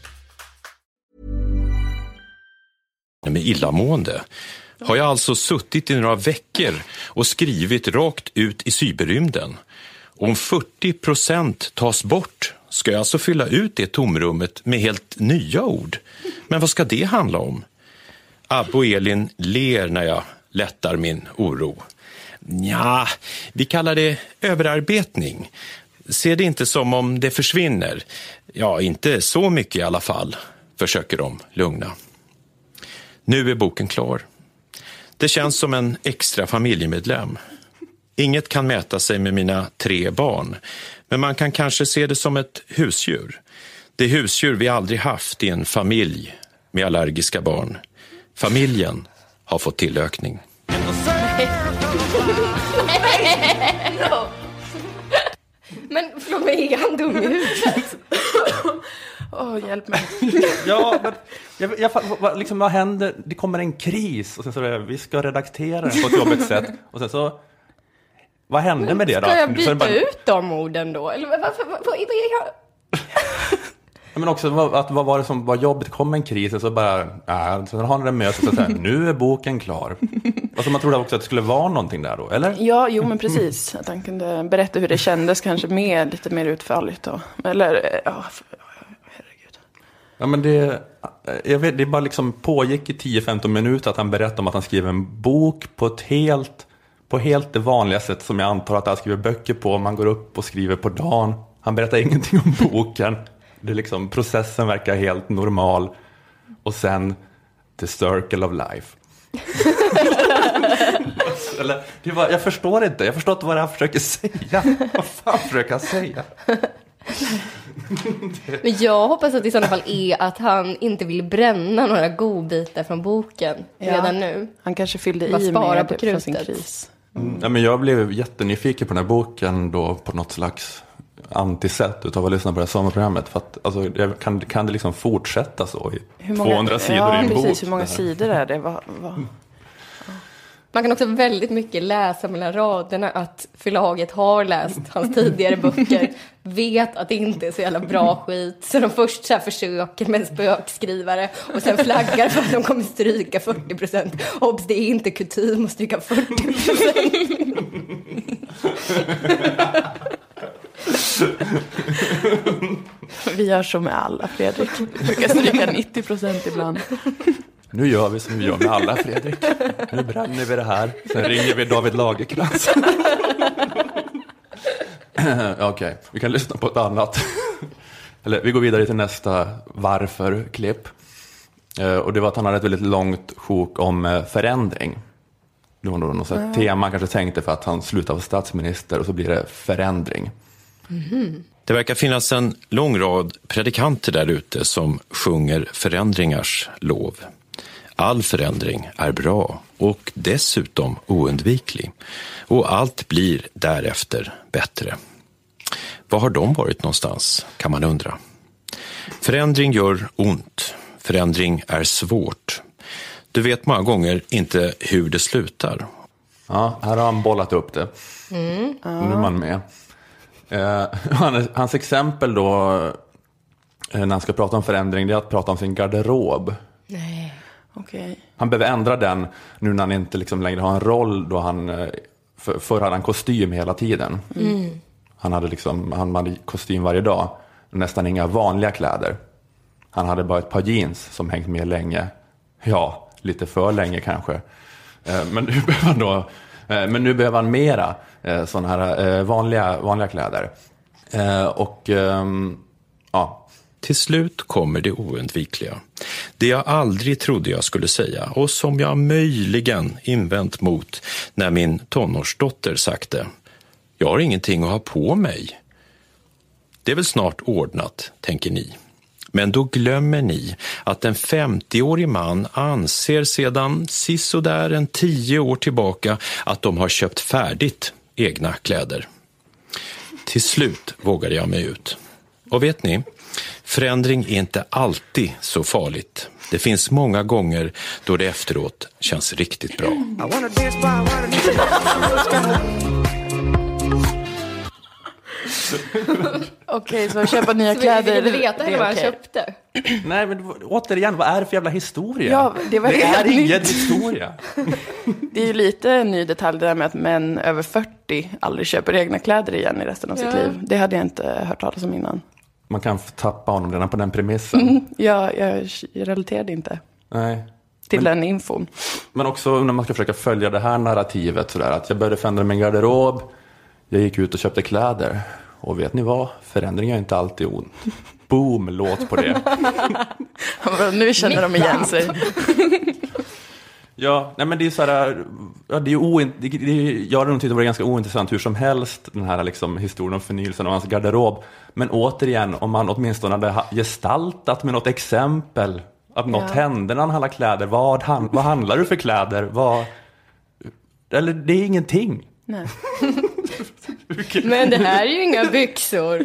Med illamående har jag alltså suttit i några veckor och skrivit rakt ut i cyberrymden. Om fyrtio procent tas bort ska jag alltså fylla ut det tomrummet med helt nya ord. Men vad ska det handla om? Abbe och Elin ler när jag lättar min oro. Ja, vi kallar det överarbetning. Se det inte som om det försvinner. Ja, inte så mycket i alla fall, försöker de lugna. Nu är boken klar. Det känns som en extra familjemedlem. Inget kan mäta sig med mina tre barn, men man kan kanske se det som ett husdjur. Det husdjur vi aldrig haft i en familj med allergiska barn. Familjen har fått tillökning. Men förlåt mig, är han dum i huvudet? Åh, oh, hjälp mig. Ja, men jag, jag, vad, liksom, vad händer? Det kommer en kris och sen så är det, vi ska redaktera den på ett jobbigt sätt. Och sen så, vad händer med det då? Ska jag byta bara... ut de orden då? Eller vad, vad, vad, vad, vad är jag... Men också, vad, att, vad var det som var jobbigt? Kom en kris och så bara, äh, så har ni det mötet och så här, nu är boken klar. Och så man trodde också att det skulle vara någonting där då, eller? Ja, jo men precis. Att han kunde berätta hur det kändes kanske mer, lite mer utförligt då. Eller, ja, herregud. Ja, men det, jag vet, det bara liksom pågick i tio femton minuter att han berättade om att han skrev en bok på ett helt, på helt det vanliga sätt som jag antar att han skriver böcker på. Man går upp och skriver på dagen. Han berättar ingenting om boken. Det liksom, processen verkar helt normal. Och sen the circle of life. Eller, det var, jag förstår inte. Jag förstår inte vad han försöker säga. Vad fan försöker han säga? Men jag hoppas att det i sådana fall är att han inte vill bränna några godbitar från boken ja. redan nu. Han kanske fyllde bara i spara med på från sin krutet. kris. Mm. Ja, men jag blev jättenyfiken på den här boken då på något slags antisätt utav att lyssna på det här sommarprogrammet. För att, alltså, kan, kan det liksom fortsätta så i hur många, tvåhundra sidor ja, i en precis, bok? Hur många sidor är det? Va, va? Man kan också väldigt mycket läsa mellan raderna att förlaget har läst hans tidigare böcker, vet att det inte är så jävla bra skit, så de först så här försöker med en spökskrivare och sen flaggar för att de kommer stryka fyrtio procent. Obs, det är inte kutym att stryka fyrtio procent. Vi gör så med alla, Fredrik. Vi brukar stryka nittio procent ibland. Nu gör vi som vi gör med alla, Fredrik. Nu bränner vi det här. Sen ringer vi David Lagercrantz. Okej, okay, vi kan lyssna på ett annat. Eller vi går vidare till nästa varför-klipp. Och det var att han hade ett väldigt långt sjok om förändring. Det var nog något så här tema kanske tänkte för att han slutar vara statsminister och så blir det förändring. Mm-hmm. Det verkar finnas en lång rad predikanter där ute som sjunger förändringars lov. All förändring är bra och dessutom oundviklig. Och allt blir därefter bättre. Var har de varit någonstans, kan man undra. Förändring gör ont. Förändring är svårt. Du vet många gånger inte hur det slutar. Ja, här har han bollat upp det. Mm. Nu är man med. Eh, hans exempel då, eh, när han ska prata om förändring, det är att prata om sin garderob. Nej. Okay. Han behöver ändra den nu när han inte liksom längre har en roll. Då han, för, förr hade han kostym hela tiden. Mm. Han hade liksom, han hade kostym varje dag. Nästan inga vanliga kläder. Han hade bara ett par jeans som hängt med länge. Ja, lite för länge kanske. Men nu behöver han, då, men nu behöver han mera sådana här vanliga, vanliga kläder. Och ja. Till slut kommer det oundvikliga. Det jag aldrig trodde jag skulle säga och som jag möjligen invänt mot när min tonårsdotter sagt det. Jag har ingenting att ha på mig. Det är väl snart ordnat, tänker ni. Men då glömmer ni att en femtioårig man anser sedan sisådär en tio år tillbaka att de har köpt färdigt egna kläder. Till slut vågade jag mig ut. Och vet ni, förändring är inte alltid så farligt. Det finns många gånger då det efteråt känns riktigt bra. Okej, så köpa nya kläder. Så vi fick veta vad han köpte. Nej, men återigen, vad är det för jävla historia? Ja, det var det är nytt. ingen historia. Det är ju lite en ny detalj det där med att män över fyrtio aldrig köper egna kläder igen i resten av Ja. sitt liv. Det hade jag inte hört talas om innan. Man kan tappa honom redan på den premissen. Mm, jag, jag relaterade inte Nej. till Men- den infon. Men också när man ska försöka följa det här narrativet sådär, att jag började förändra min garderob, jag gick ut och köpte kläder. Och vet ni vad? Förändringar är inte alltid ont. Boom, låt på det. Nu känner de igen sig. Ja, nej men det är så här, ja, det är oint, det, det, jag hade nog tyckt det var ganska ointressant hur som helst, den här liksom historien om förnyelsen av hans garderob. Men återigen, om man åtminstone hade ha- gestaltat med något exempel, att något Ja. hände när han handlar kläder. Vad, han, vad handlar du för kläder? Vad, eller det är ingenting. Nej. Men det här är ju inga byxor.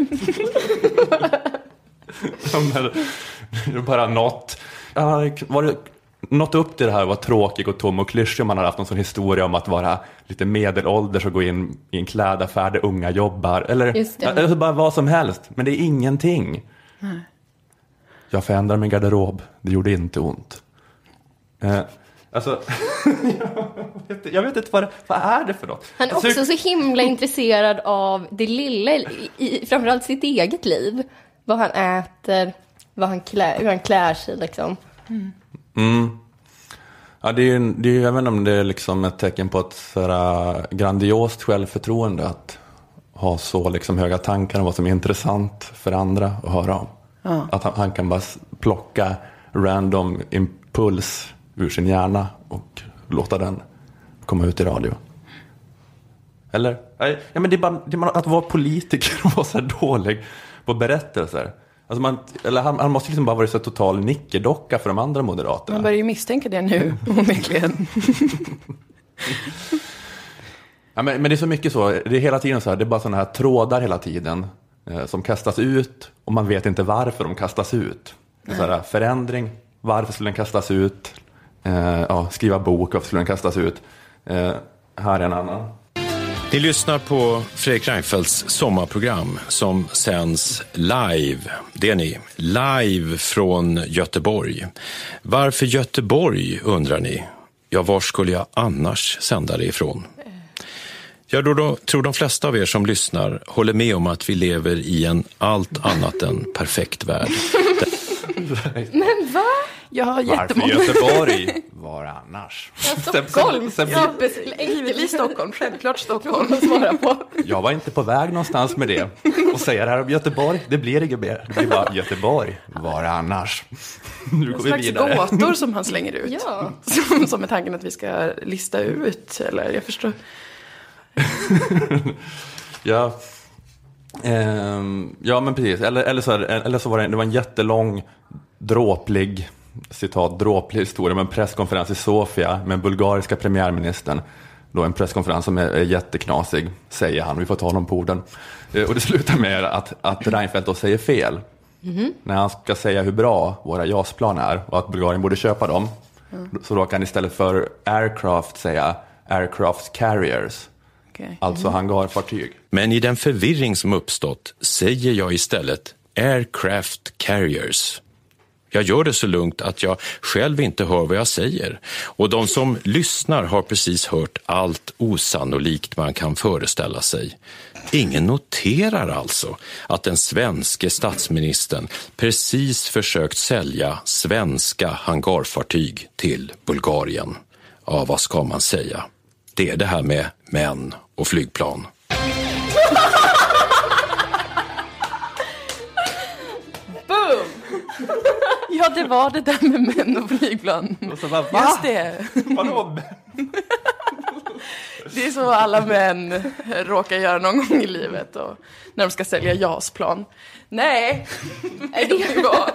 Det är bara något. Han hade varit nått upp till det här var tråkig och tom och klyschig om man hade haft någon sån historia om att vara lite medelålders och gå in i en klädaffär där unga jobbar. Eller, Just det. eller bara vad som helst. Men det är ingenting. Nej. Jag förändrar min garderob. Det gjorde inte ont. Eh, alltså, jag, vet, jag vet inte vad, det, vad är det för något. Han är Alltså, också så himla intresserad av det lilla, i, i, framförallt sitt eget liv. Vad han äter, vad han klär, hur han klär sig liksom. Mm. Mm. Ja, det är ju, det är, ju- jag vet inte om det är liksom ett tecken på ett sådär grandiost självförtroende att ha så liksom höga tankar om vad som är intressant för andra att höra om. Ja. Att han, han kan bara s- plocka random impuls ur sin hjärna och låta den komma ut i radio. Eller? Nej, ja, men det är bara, det är bara att vara politiker och vara så här dålig på berättelser. Alltså man, eller han, han måste liksom bara vara så total nickedocka för de andra moderaterna. Man börjar ju misstänka det nu, onekligen. Ja, men, men det är så mycket så, det är hela tiden så här, det är bara sådana här trådar hela tiden eh, som kastas ut och man vet inte varför de kastas ut. Så här, förändring, varför skulle den kastas ut? Eh, ja, skriva bok, varför skulle den kastas ut? Eh, här är en annan. Ni lyssnar på Fredrik Reinfeldts sommarprogram som sänds live. Det är ni, live från Göteborg. Varför Göteborg, undrar ni? Ja, var skulle jag annars sända det ifrån? Jag då, då, tror de flesta av er som lyssnar håller med om att vi lever i en allt annat än perfekt värld. Men va? Jag har Varför jättemånga... Göteborg? Var annars? Ja, Stockholm. Sen- sen- Ja, Givetvis Stockholm, självklart Stockholm. svara på. Jag var inte på väg någonstans med det. Och säga det här om Göteborg, det blir inget mer. Det blir bara Göteborg, var annars? Nu En går vi slags vidare. gåtor som han slänger ut. Ja. Som, som är tanken att vi ska lista ut. Eller jag förstår. Ja. Ehm, ja, men precis. Eller, eller, så, här, eller så var det, det var en jättelång, dråplig citat, dråplig historia med en presskonferens i Sofia med bulgariska premiärministern. Då en presskonferens som är, är jätteknasig, säger han. Vi får ta honom på orden. Eh, och det slutar med att, att Reinfeldt då säger fel. Mm-hmm. När han ska säga hur bra våra JAS-plan är och att Bulgarien borde köpa dem. Mm. Så då kan han istället för aircraft säga aircraft carriers. Okay. Alltså hangarfartyg. Men i den förvirring som uppstått säger jag istället aircraft carriers. Jag gör det så lugnt att jag själv inte hör vad jag säger. Och de som lyssnar har precis hört allt osannolikt man kan föreställa sig. Ingen noterar alltså att den svenske statsministern precis försökt sälja svenska hangarfartyg till Bulgarien. Ja, vad ska man säga? Det är det här med män och flygplan. Boom! Ja, det var det där med män och flygplan. Och så bara, va? Just det. Vadå? Det är så alla män råkar göra någon gång i livet och när de ska sälja JAS-plan. Nej, det är bra.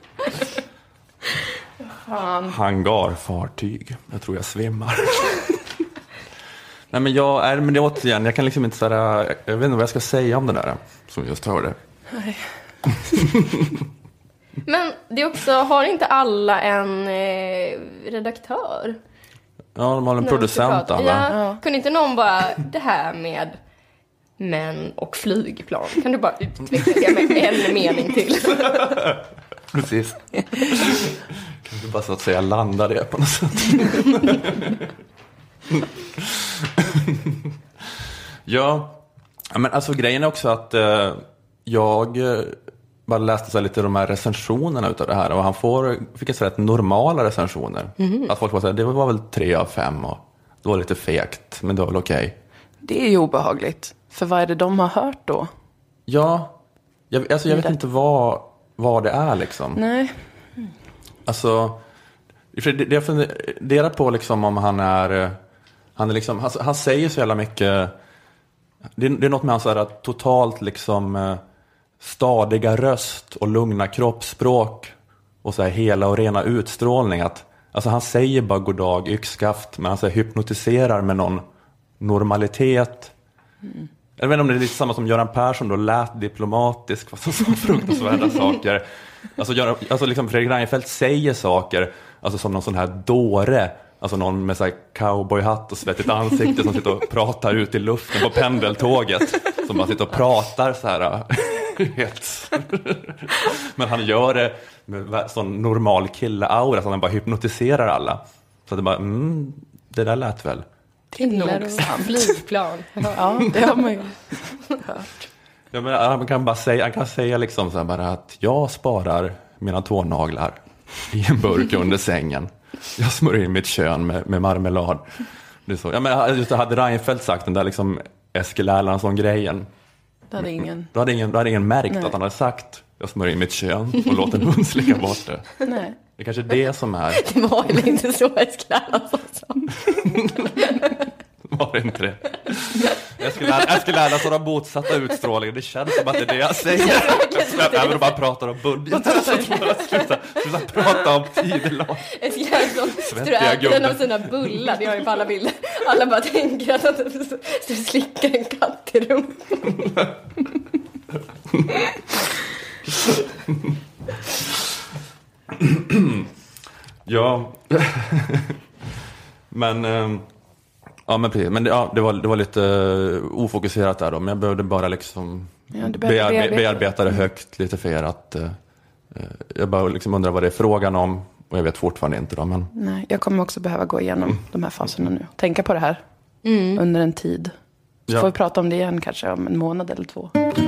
Fan. Hangarfartyg. Jag tror jag svimmar. Nej, men jag är, men det är återigen, jag kan liksom inte säga, jag vet inte vad jag ska säga om det där som just hörde. Nej. Men det är också, har inte alla en eh, redaktör? Ja, de har en producent alla. Ja, ja. Kunde inte någon bara, det här med män och flygplan, kan du bara utveckla det med en mening till? Precis. Kan du bara så att säga landa det på något sätt? Ja, men alltså grejen är också att eh, jag bara läste så lite de här recensionerna utav det här och han får, fick ett så rätt normala recensioner. Mm. Att folk var så här, det var väl tre av fem och det var lite fegt, men det var väl okej. Okay. Det är ju obehagligt. För vad är det de har hört då? Ja, jag, alltså jag vet inte vad, vad det är liksom. Nej. Mm. Alltså, det, det jag funderar på liksom om han är, han är liksom, han, han säger så jävla mycket, det, det är något med hans så här totalt liksom stadiga röst och lugna kroppsspråk och så här hela och rena utstrålning att, alltså han säger bara god dag yxskaft, men han så här hypnotiserar med någon normalitet. Mm. Jag vet inte om det är lite samma som Göran Persson då, lät diplomatisk, fast så fruktansvärda saker. Alltså, Göran, alltså liksom Fredrik Reinfeldt säger saker alltså som någon sån här dåre, alltså någon med så här cowboyhatt och svettigt ansikte som sitter och pratar ut i luften på pendeltåget, som bara sitter och pratar så här. Men han gör det med sån normal kille-aura, så han bara hypnotiserar alla. Så det bara, mm, det där lät väl. Killar och flygplan. Ja, det har man ju hört. Ja, men han kan bara säga, han kan säga liksom så här bara att jag sparar mina tånaglar i en burk under sängen. Jag smörjer in mitt kön med, med marmelad. Det är så. Ja, men just det, hade Reinfeldt sagt den där liksom Eskil Erlandsson-grejen. Då hade ingen... Då hade ingen, då hade ingen märkt Nej. Att han hade sagt jag smörjer in mitt kön och låter en hund slicka bort det. Nej. Det är kanske det som är... Det var väl inte så Eskil Erlandsson sa. Var det inte det? Jag skulle lära sig de motsatta utstrålningar. Det känns som att det är det jag säger. Även om man pratar om budget. Sluta, sluta prata om tidelag. Eskil Erlandsson ströker en av sina bullar. Det har ju på alla bilder. Alla bara tänker att du slickar en katt i rummet. Ja. Men... Ja, men precis. Men det, ja, det, var, det var lite ofokuserat där då. Men jag behövde bara liksom ja, bearbe- bearbeta. bearbeta det högt lite för er. Att, uh, jag bara liksom undrar vad det är frågan om. Och jag vet fortfarande inte då. Men... Nej, jag kommer också behöva gå igenom mm. de här faserna nu. Tänka på det här mm. under en tid. Så ja. får vi prata om det igen kanske om en månad eller två.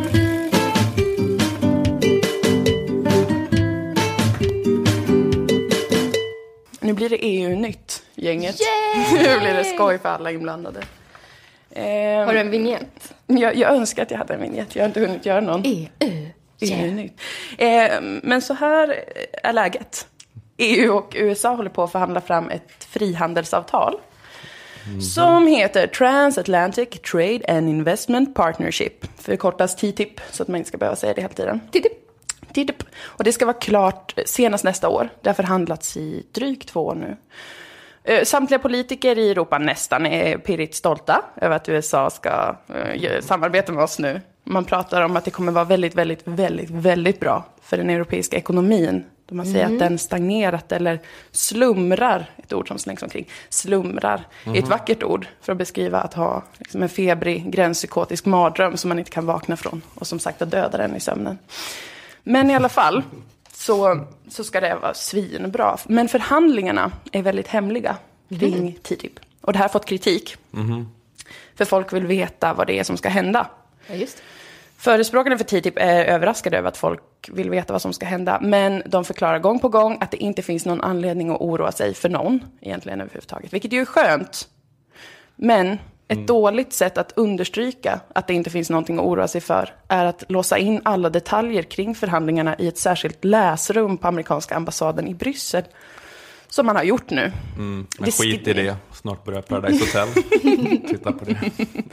Nu blir det E U-nytt, gänget. Nu blir det skoj för alla inblandade. Eh, Har du en vignett? Jag, jag önskar att jag hade en vignett. Jag har inte hunnit göra någon. E U. E U-nytt. Eh, men så här är läget. E U och U S A håller på att förhandla fram ett frihandelsavtal. Mm. Som heter Transatlantic Trade and Investment Partnership. Förkortas T T I P, så att man inte ska behöva säga det hela tiden. T T I P. T T I P. Och det ska vara klart senast nästa år. Det har förhandlats i drygt två år nu. Samtliga politiker i Europa nästan är pirrigt stolta över att U S A ska uh, samarbeta med oss nu. Man pratar om att det kommer vara väldigt, väldigt, väldigt, väldigt bra för den europeiska ekonomin. Då man säger mm. att den stagnerat eller slumrar, ett ord som slängs omkring, slumrar mm. är ett vackert ord för att beskriva att ha liksom en febrig, gränspsykotisk mardröm som man inte kan vakna från och som sagt att döda den i sömnen. Men i alla fall så, så ska det vara svinbra. Men förhandlingarna är väldigt hemliga kring mm. T T I P. Och det här har fått kritik. Mm. För folk vill veta vad det är som ska hända. Ja, just. Förespråkarna för T T I P är överraskade över att folk vill veta vad som ska hända. Men de förklarar gång på gång att det inte finns någon anledning att oroa sig för någon egentligen överhuvudtaget. Vilket ju är skönt. Men ett mm. dåligt sätt att understryka att det inte finns någonting att oroa sig för är att låsa in alla detaljer kring förhandlingarna i ett särskilt läsrum på amerikanska ambassaden i Bryssel. Som man har gjort nu. Mm, men det skit i det. Snart börjar Paradise Hotel. Titta på det.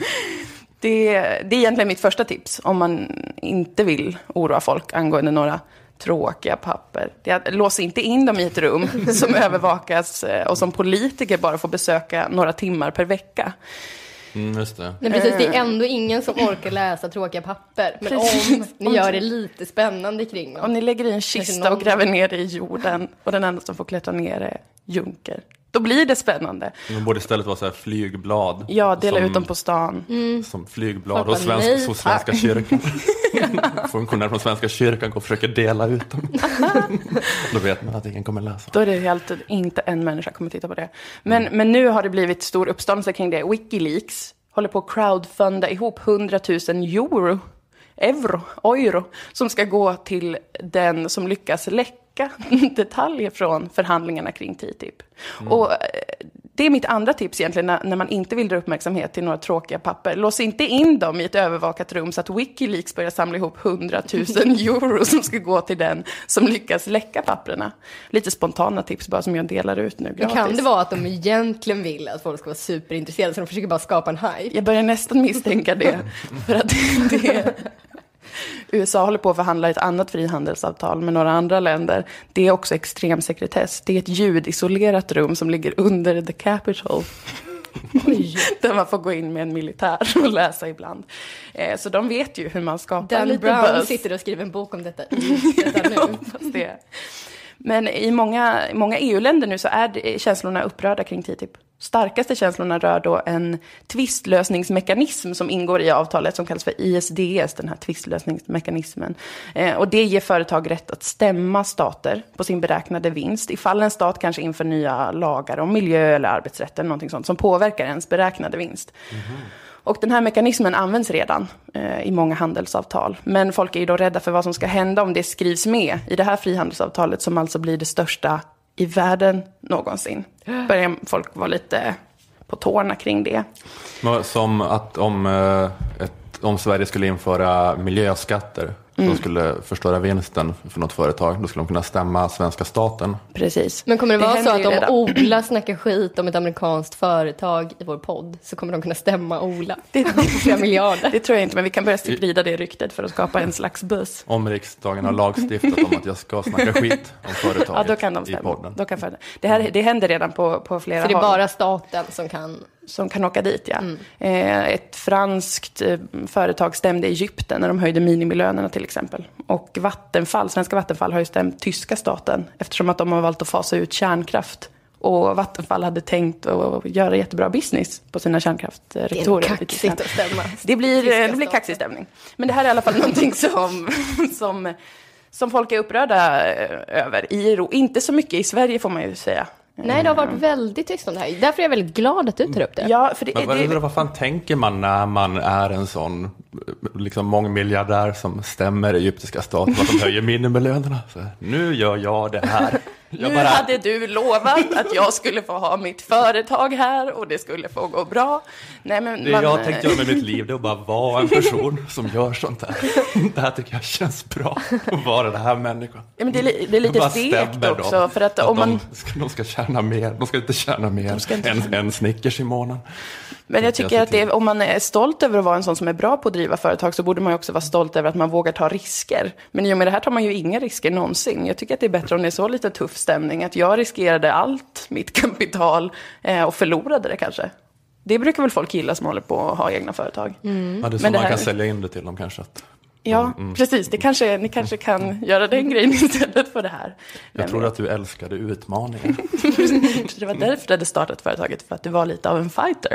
det. Det är egentligen mitt första tips. Om man inte vill oroa folk angående några tråkiga papper. Det är att låsa inte in dem i ett rum som övervakas och som politiker bara får besöka några timmar per vecka. Mm, just det. Men precis, det är ändå ingen som orkar läsa tråkiga papper. Men precis. Om ni gör det lite spännande kring dem. Om ni lägger i en kista och gräver ner det i jorden och den enda som får klättra ner är Juncker. Då blir det spännande. Man borde istället vara så här flygblad. Ja, dela som, ut dem på stan. Mm. Som flygblad hos svensk, hos Svenska kyrkan. Funktionär från Svenska kyrkan går och försöker dela ut dem. Då vet man att ingen kommer läsa. Då är det helt inte en människa kommer titta på det. Men, mm. men nu har det blivit stor uppståndelse kring det. Wikileaks håller på att crowdfunda ihop hundratusen euro. Euro, euro, som ska gå till den som lyckas läcka detaljer från förhandlingarna kring T T I P. Mm. Och det är mitt andra tips egentligen när, när man inte vill dra uppmärksamhet till några tråkiga papper. Lås inte in dem i ett övervakat rum så att Wikileaks börjar samla ihop hundratusen euro som ska gå till den som lyckas läcka papperna. Lite spontana tips bara som jag delar ut nu gratis. Men kan det vara att de egentligen vill att folk ska vara superintresserade så de försöker bara skapa en hype? Jag börjar nästan misstänka det. För att det U S A håller på att förhandla ett annat frihandelsavtal med några andra länder. Det är också extrem sekretess. Det är ett ljudisolerat rum som ligger under the Capitol. Där man får gå in med en militär och läsa ibland. Eh, så de vet ju hur man skapar Dan lite Brown buzz. sitter och skriver en bok om detta, detta nu. Ja, fast det. Men i många, många E U-länder nu så är det, känslorna upprörda kring T T I P. Starkaste känslorna rör då en tvistlösningsmekanism som ingår i avtalet som kallas för I S D S, den här tvistlösningsmekanismen. Eh, och det ger företag rätt att stämma stater på sin beräknade vinst ifall en stat kanske inför nya lagar om miljö eller arbetsrätt eller någonting sånt som påverkar ens beräknade vinst. Mm-hmm. Och den här mekanismen används redan eh, i många handelsavtal. Men folk är ju då rädda för vad som ska hända om det skrivs med i det här frihandelsavtalet som alltså blir det största i världen någonsin. Börjar folk vara lite på tårna kring det. Som att om, ett, om Sverige skulle införa miljöskatter mm. som skulle förstöra vinsten för något företag, då skulle de kunna stämma svenska staten. Precis. Men kommer det, det vara så att om redan. Ola snackar skit om ett amerikanskt företag i vår podd så kommer de kunna stämma Ola? Det, flera miljarder. Det tror jag inte, men vi kan börja sprida det ryktet för att skapa en slags buss. Om riksdagen har lagstiftat om att jag ska snacka skit om företaget ja, då kan de stämma. i podden. Då kan för... det, här, det händer redan på, på flera håll. Så det är håll. Bara staten som kan... Som kan åka dit, ja. Mm. Eh, ett franskt eh, företag stämde Egypten när de höjde minimilönerna till exempel. Och Vattenfall, svenska Vattenfall har ju stämt tyska staten eftersom att de har valt att fasa ut kärnkraft. Och Vattenfall hade tänkt att göra jättebra business på sina kärnkraftreaktorer. Det är kaxigt att stämma. Det blir, det blir kaxig stämning. Men det här är i alla fall någonting som, som, som folk är upprörda över i Europa. Inte så mycket i Sverige får man ju säga. Nej, det har varit väldigt tyst om det här. Därför är jag väldigt glad att du tar upp det. Ja, för det, Men vad, det, det, vad fan tänker man när man är en sån liksom mångmiljardär som stämmer egyptiska staten att de höjer minimilönerna? Så, nu gör jag det här. Jag nu bara... hade du lovat att jag skulle få ha mitt företag här och det skulle få gå bra. Nej, men det man... jag tänkte göra med mitt liv det är att bara vara en person som gör sånt här. Det här tycker jag känns bra. Att vara den här människan. Ja, men det, är, det är lite stekt också. För att, att om man... de, ska, de ska tjäna mer. De ska inte tjäna mer inte än tjäna. en Snickers i månaden. Men jag tycker att det, om man är stolt över att vara en sån som är bra på att driva företag, så borde man ju också vara stolt över att man vågar ta risker. Men i och med det här tar man ju inga risker någonsin. Jag tycker att det är bättre om det är så lite tuff stämning, att jag riskerade allt mitt kapital eh, och förlorade det kanske. Det brukar väl folk gilla som håller på att ha egna företag. Mm. Ja, det är så Men man det här... kan sälja in det till dem kanske. Att... Ja, mm. precis. Det kanske, ni kanske kan göra den grejen istället för det här. Jag tror att du älskade utmaningar. Det var därför du hade startat företaget, för att du var lite av en fighter.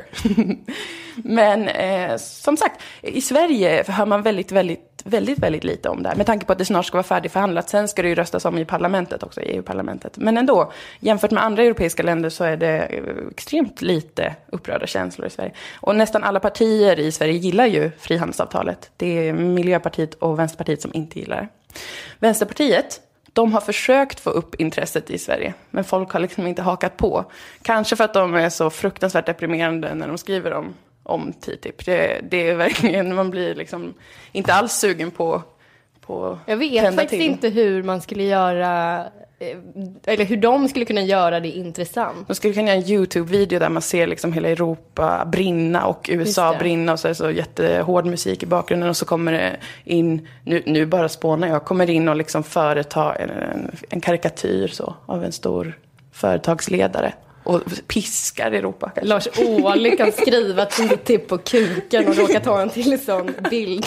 Men eh, som sagt, i Sverige hör man väldigt, väldigt, väldigt, väldigt lite om det här. Med tanke på att det snart ska vara färdigförhandlat. Sen ska det ju röstas om i parlamentet också, i E U-parlamentet. Men ändå, jämfört med andra europeiska länder så är det extremt lite upprörda känslor i Sverige. Och nästan alla partier i Sverige gillar ju frihandelsavtalet. Det är Miljöpartiet och Vänsterpartiet som inte gillar det. Vänsterpartiet, de har försökt få upp intresset i Sverige, men folk har liksom inte hakat på. Kanske för att de är så fruktansvärt deprimerande när de skriver om, om T T I P. Det, det är verkligen, man blir liksom inte alls sugen på, på Jag vet faktiskt till. inte hur man skulle göra, eller hur de skulle kunna göra det intressant. De skulle kunna göra en YouTube-video där man ser liksom hela Europa brinna och U S A brinna, och så är det så jättehård musik i bakgrunden, och så kommer det in, nu, nu bara spånar jag, kommer in och liksom företa en, en, en karikatyr så, av en stor företagsledare. Och piskar Europa kanske. Lars Ohly kan skriva T T I P på kuken och råka ta en till sån bild.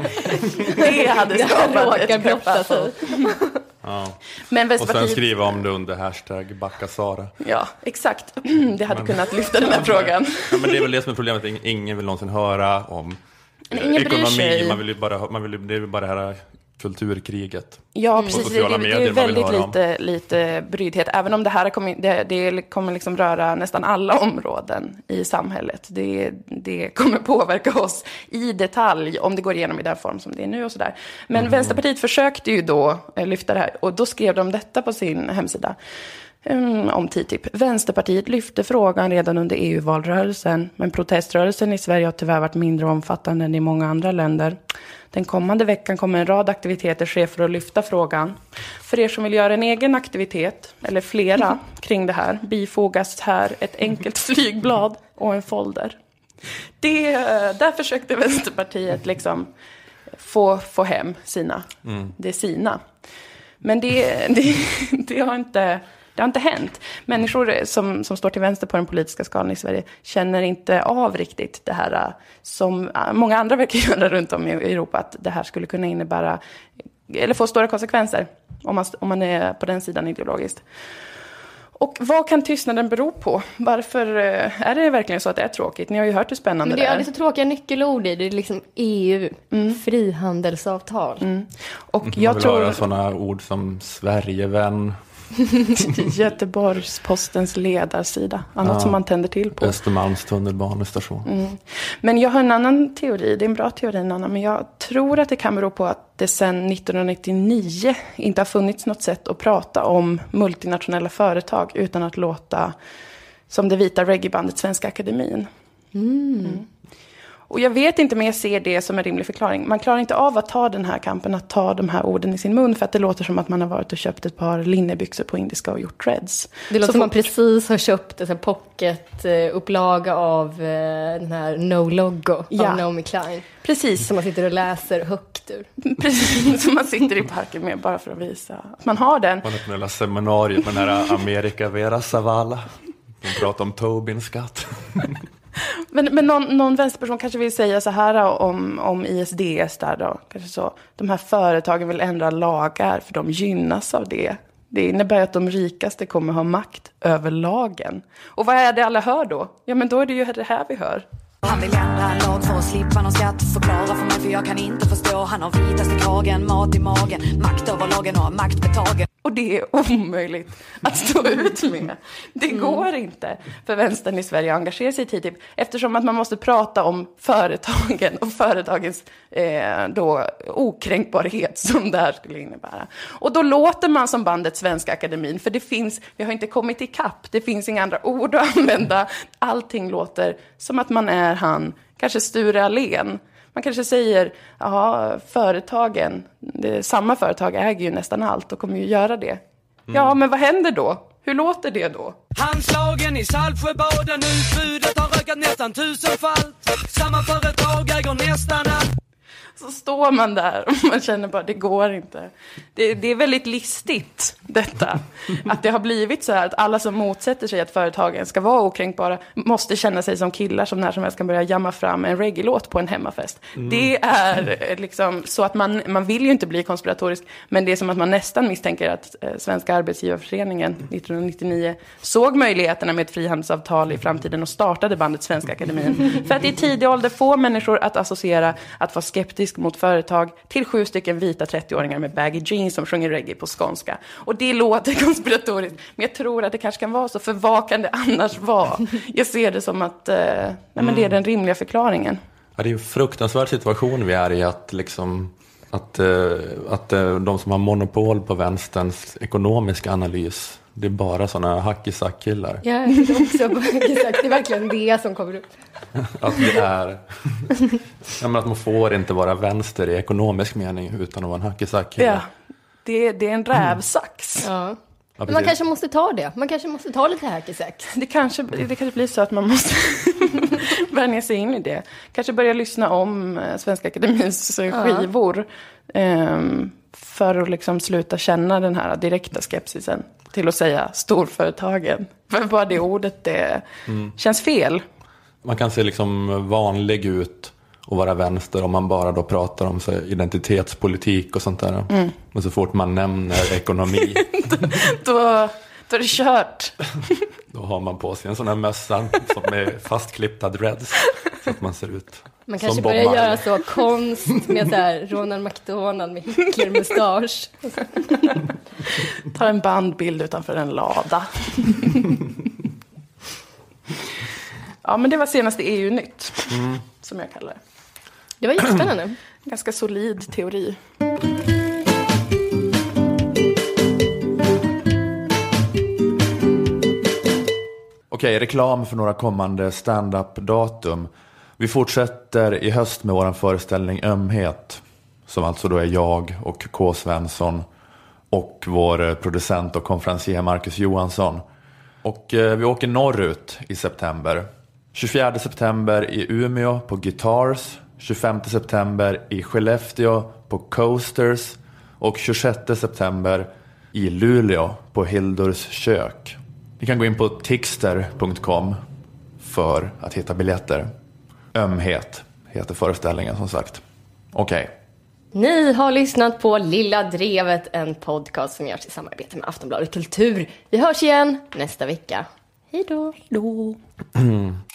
Det hade skapat ett blotta sig. Ja. Men och sen skriva om det under hashtag Backasara. Ja, exakt. Det hade men... kunnat lyfta den här frågan. Ja, men det är väl det som är problemet. Ingen vill någonsin höra om ingen ekonomi. Man vill ju bara, man vill ju, det är ju bara det här kulturkriget. Ja, precis. Det, det, det är väldigt lite, lite brydhet. Även om det här kommer, det, det kommer liksom röra nästan alla områden i samhället. Det, det kommer påverka oss i detalj om det går igenom i den form som det är nu och sådär. Men mm. Vänsterpartiet försökte ju då lyfta det här. Och då skrev de detta på sin hemsida. Um, om T T I P. Vänsterpartiet lyfte frågan redan under E U-valrörelsen, men proteströrelsen i Sverige har tyvärr varit mindre omfattande än i många andra länder. Den kommande veckan kommer en rad aktiviteter ske för att lyfta frågan. För er som vill göra en egen aktivitet, eller flera, kring det här, bifogas här ett enkelt flygblad och en folder. Det, där försökte Vänsterpartiet liksom få, få hem sina, mm. det sina. Men det, det, det har inte... Det har inte hänt. Människor som, som står till vänster på den politiska skalan i Sverige känner inte av riktigt det här som många andra verkar göra runt om i Europa, att det här skulle kunna innebära, eller få stora konsekvenser om man, om man är på den sidan ideologiskt. Och vad kan tystnaden bero på? Varför är det verkligen så att det är tråkigt? Ni har ju hört hur spännande det är. Men det är, det är. så tråkiga nyckelord i det. Det är liksom E U, mm. frihandelsavtal. Mm. Och man jag vill tror... höra sådana ord som Sverigevän. Göteborgs-Postens ledarsida. Annat ja, som man tänder till på. Östermalms tunnelbanestation. Mm. Men jag har en annan teori. Det är en bra teori, en annan. Men jag tror att det kan bero på att det sedan nittonhundranittionio inte har funnits något sätt att prata om multinationella företag utan att låta som det vita reggaebandet Svenska Akademin. Mm. Mm. Och jag vet inte, men jag ser det som en rimlig förklaring. Man klarar inte av att ta den här kampen, att ta de här orden i sin mun, för att det låter som att man har varit och köpt ett par linnebyxor på indiska och gjort dreads. Det låter så som fort... man precis har köpt en pocket-upplaga av den här No Logo ja. av Naomi Klein. Precis. Som man sitter och läser högt ur. Precis, som man sitter i parken med bara för att visa att man har den. På nationella seminariet med den här America Vera Zavala. De pratar om Tobin-skatt. Men, men någon, någon vänsterperson kanske vill säga så här om, om I S D S där då. Kanske så. De här företagen vill ändra lagar för de gynnas av det. Det innebär att de rikaste kommer ha makt över lagen. Och vad är det alla hör då? Ja, men då är det ju det här vi hör. Han vill ändra en lag för att slippa någon skatt. Förklara för mig för jag kan inte förstå. Han har vitaste kragen, mat i magen, makt över lagen och makt betagen. Och det är omöjligt att stå ut med. Det mm. går inte för vänstern i Sverige att engagera sig i T T I P. Eftersom att man måste prata om företagen och företagens eh, då, okränkbarhet som det här skulle innebära. Och då låter man som bandet Svenska Akademin. För det finns, vi har inte kommit i kapp. Det finns inga andra ord att använda. Allting låter som att man är han, kanske Sture Allén. Man kanske säger, ja, företagen, det, samma företag äger ju nästan allt och kommer ju göra det. Mm. Ja, men vad händer då? Hur låter det då? Handslagen i Saltsjöbaden, utbudet har ökat nästan tusenfalt. Samma företag äger nästan allt. Så står man där och man känner bara, det går inte. Det, det är väldigt listigt detta. Att det har blivit så här att alla som motsätter sig att företagen ska vara okränkbara måste känna sig som killar som när som helst kan börja jamma fram en reggae-låt på en hemmafest. Mm. Det är liksom så att man, man vill ju inte bli konspiratorisk, men det är som att man nästan misstänker att eh, Svenska Arbetsgivarföreningen nittonhundranittionio såg möjligheterna med ett frihandelsavtal i framtiden och startade bandet Svenska Akademin. För att i tidig ålder få människor att associera att vara skeptisk mot företag till sju stycken vita trettioåringar med baggy jeans som sjunger reggae på skånska. Och det låter konspiratoriskt, men jag tror att det kanske kan vara så. För vad kan det annars vara? Jag ser det som att eh, nej, men det är den rimliga förklaringen. Ja, det är en fruktansvärd situation vi är i, att, liksom, att, eh, att eh, de som har monopol på vänsterns ekonomiska analys, det är bara sådana hackisack-killar. Ja, det är också på hackisack. Det är verkligen det som kommer upp. Att det är... ja, men att man får inte vara vänster i ekonomisk mening utan att vara en hackisack-kille. Ja, det, det är en rävsax. Mm. Ja. Men man kanske måste ta det. Man kanske måste ta lite hackisack. Det kanske, det kanske blir så att man måste vänja sig in i det. Kanske börja lyssna om Svenska Akademins skivor. Ja. Um, för att liksom sluta känna den här direkta skepsisen till att säga storföretagen. För bara det ordet, det mm. känns fel. Man kan se liksom vanlig ut och vara vänster om man bara då pratar om så identitetspolitik och sånt där. Mm. Men så fort man nämner ekonomi då, då är det kört. Då har man på sig en sån här mössa som är fastklippta dreads så att man ser ut. Man kanske börjar göra så konst med så här Ronald McDonald med Hitler-mustasch. Ta en bandbild utanför en lada. Ja, men det var senaste E U-nytt, mm. som jag kallar det. Det var jättespännande. Ganska solid teori. Okej, reklam för några kommande stand-up-datum. Vi fortsätter i höst med vår föreställning Ömhet, som alltså då är jag och K. Svensson och vår producent och konferencier Marcus Johansson. Och eh, vi åker norrut i september. tjugofjärde september i Umeå på Guitars, tjugofemte september i Skellefteå på Coasters och tjugosjätte september i Luleå på Hildurs kök. Ni kan gå in på tixter punkt com för att hitta biljetter. Ömhet heter föreställningen som sagt. Okej. Okay. Ni har lyssnat på Lilla Drevet, en podcast som görs i samarbete med Aftonbladet Kultur. Vi hörs igen nästa vecka. Hej då. Hej då.